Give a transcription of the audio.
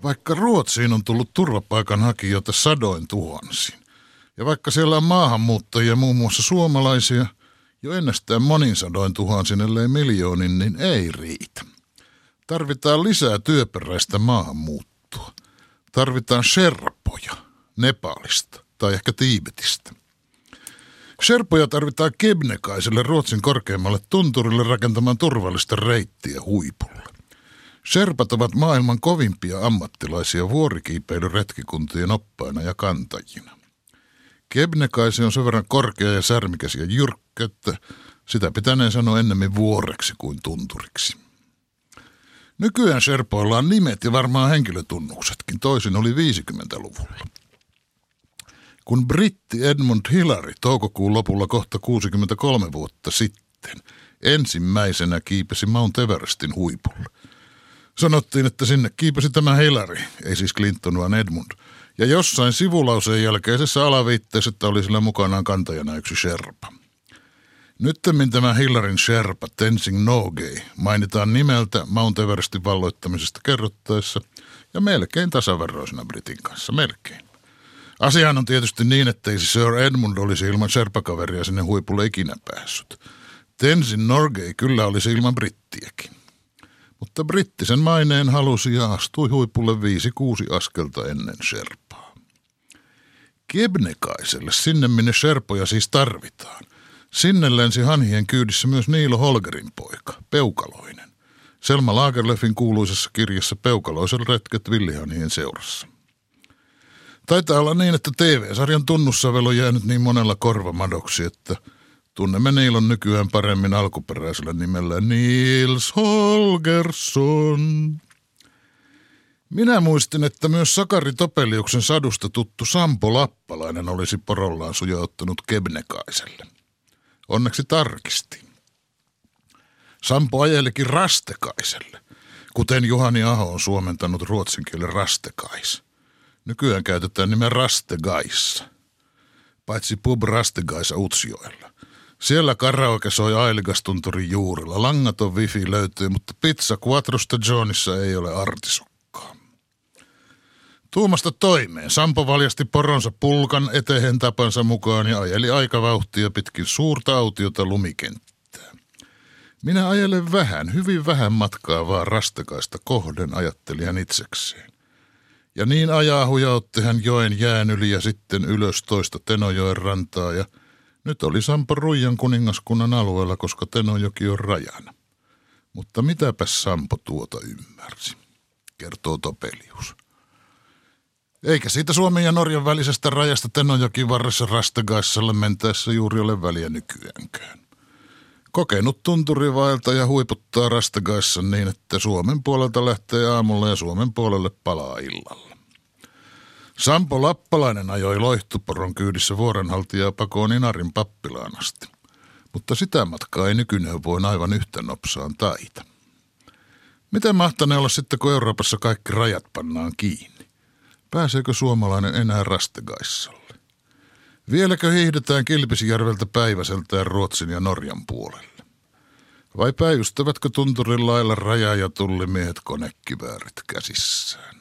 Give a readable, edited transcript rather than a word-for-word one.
Vaikka Ruotsiin on tullut turvapaikanhakijoita sadoin tuhansin, ja vaikka siellä on maahanmuuttajia, muun muassa suomalaisia, jo ennestään monin sadoin tuhansin, ellei miljoonin, niin ei riitä. Tarvitaan lisää työperäistä maahanmuuttoa. Tarvitaan sherpoja Nepalista tai ehkä Tiibetistä. Sherpoja tarvitaan Kebnekaiselle Ruotsin korkeimmalle tunturille rakentamaan turvallista reittiä huipulle. Sherpat ovat maailman kovimpia ammattilaisia vuorikiipeilyn retkikuntien oppaina ja kantajina. Kebnekaise on sen verran korkea ja särmikäs ja jyrkkä, että sitä pitäneen sanoa ennemmin vuoreksi kuin tunturiksi. Nykyään sherpoilla on nimet ja varmaan henkilötunnuksetkin, toisin oli 50-luvulla. Kun britti Edmund Hillary toukokuun lopulla kohta 63 vuotta sitten ensimmäisenä kiipesi Mount Everestin huipulle. Sanottiin, että sinne kiipesi tämä Hillary, ei siis Clinton vaan Edmund, ja jossain sivulauseen jälkeisessä alaviitteessä, että oli sillä mukanaan kantajana yksi sherpa. Nyttemmin tämä Hillaryn sherpa Tenzing Norgay mainitaan nimeltä Mount Everestin valloittamisesta kerrottaessa ja melkein tasaveroisena Britin kanssa, melkein. Asiahan on tietysti niin, ettei Sir Edmund olisi ilman sherpakaveria sinne huipulle ikinä päässyt. Tenzing Norgay kyllä olisi ilman brittiäkin. Mutta britti sen maineen halusi ja astui huipulle 5-6 askelta ennen sherpaa. Kebnekaiselle, sinne minne sherpoja siis tarvitaan. Sinne lensi hanhien kyydissä myös Niilo Holgerin poika, Peukaloinen. Selma Lagerlöfin kuuluisessa kirjassa Peukaloisen retket villihanhien seurassa. Taitaa olla niin, että TV-sarjan tunnussävel on jäänyt niin monella korvamadoksi, että tunnemme Niilon nykyään paremmin alkuperäisellä nimellä Niels Holgersson. Minä muistin, että myös Sakari Topeliuksen sadusta tuttu Sampo Lappalainen olisi porollaan sujauttanut Kebnekaiselle. Onneksi tarkistin. Sampo ajelikin Rastekaiselle, kuten Juhani Aho on suomentanut ruotsin kielen Rastekais. Nykyään käytetään nimen Rastegaissa, paitsi pub Rastegaissa Utsjoella. Siellä karaoke soi Ailigastunturin juurella. Langaton wifi löytyy, mutta pizza Quattrosta Johnissa ei ole artisukkaa. Tuumasta toimeen Sampo valjasti poronsa pulkan eteen tapansa mukaan ja ajeli aikavauhtia pitkin suurta autiota lumikenttää. Minä ajelen vähän, hyvin vähän matkaa vaan Rastekaista kohden, ajatteli hän itsekseen. Ja niin ajaa hujautti hän joen jään yli ja sitten ylös toista Tenojoen rantaa ja nyt oli Sampo Ruijan kuningaskunnan alueella, koska Tenojoki on rajana. Mutta mitäpäs Sampo tuota ymmärsi, kertoo Topelius. Eikä siitä Suomen ja Norjan välisestä rajasta Tenojokin varressa Rastegaissalle mentäessä juuri ole väliä nykyäänkään. Kokenut tunturivaeltaja huiputtaa Rastegaissa niin, että Suomen puolelta lähtee aamulla ja Suomen puolelle palaa illalla. Sampo Lappalainen ajoi loihtuporon kyydissä vuorenhaltijaa pakoon Inarin pappilaan asti, mutta sitä matkaa ei nykyneuvoin aivan yhtä nopsaan taita. Miten mahtanee olla sitten, kun Euroopassa kaikki rajat pannaan kiinni? Pääseekö suomalainen enää Rastegaissalle? Vieläkö hiihdetään Kilpisjärveltä Päiväseltään Ruotsin ja Norjan puolelle? Vai päivystävätkö tunturin lailla raja- ja tullimiehet konekiväärit käsissään?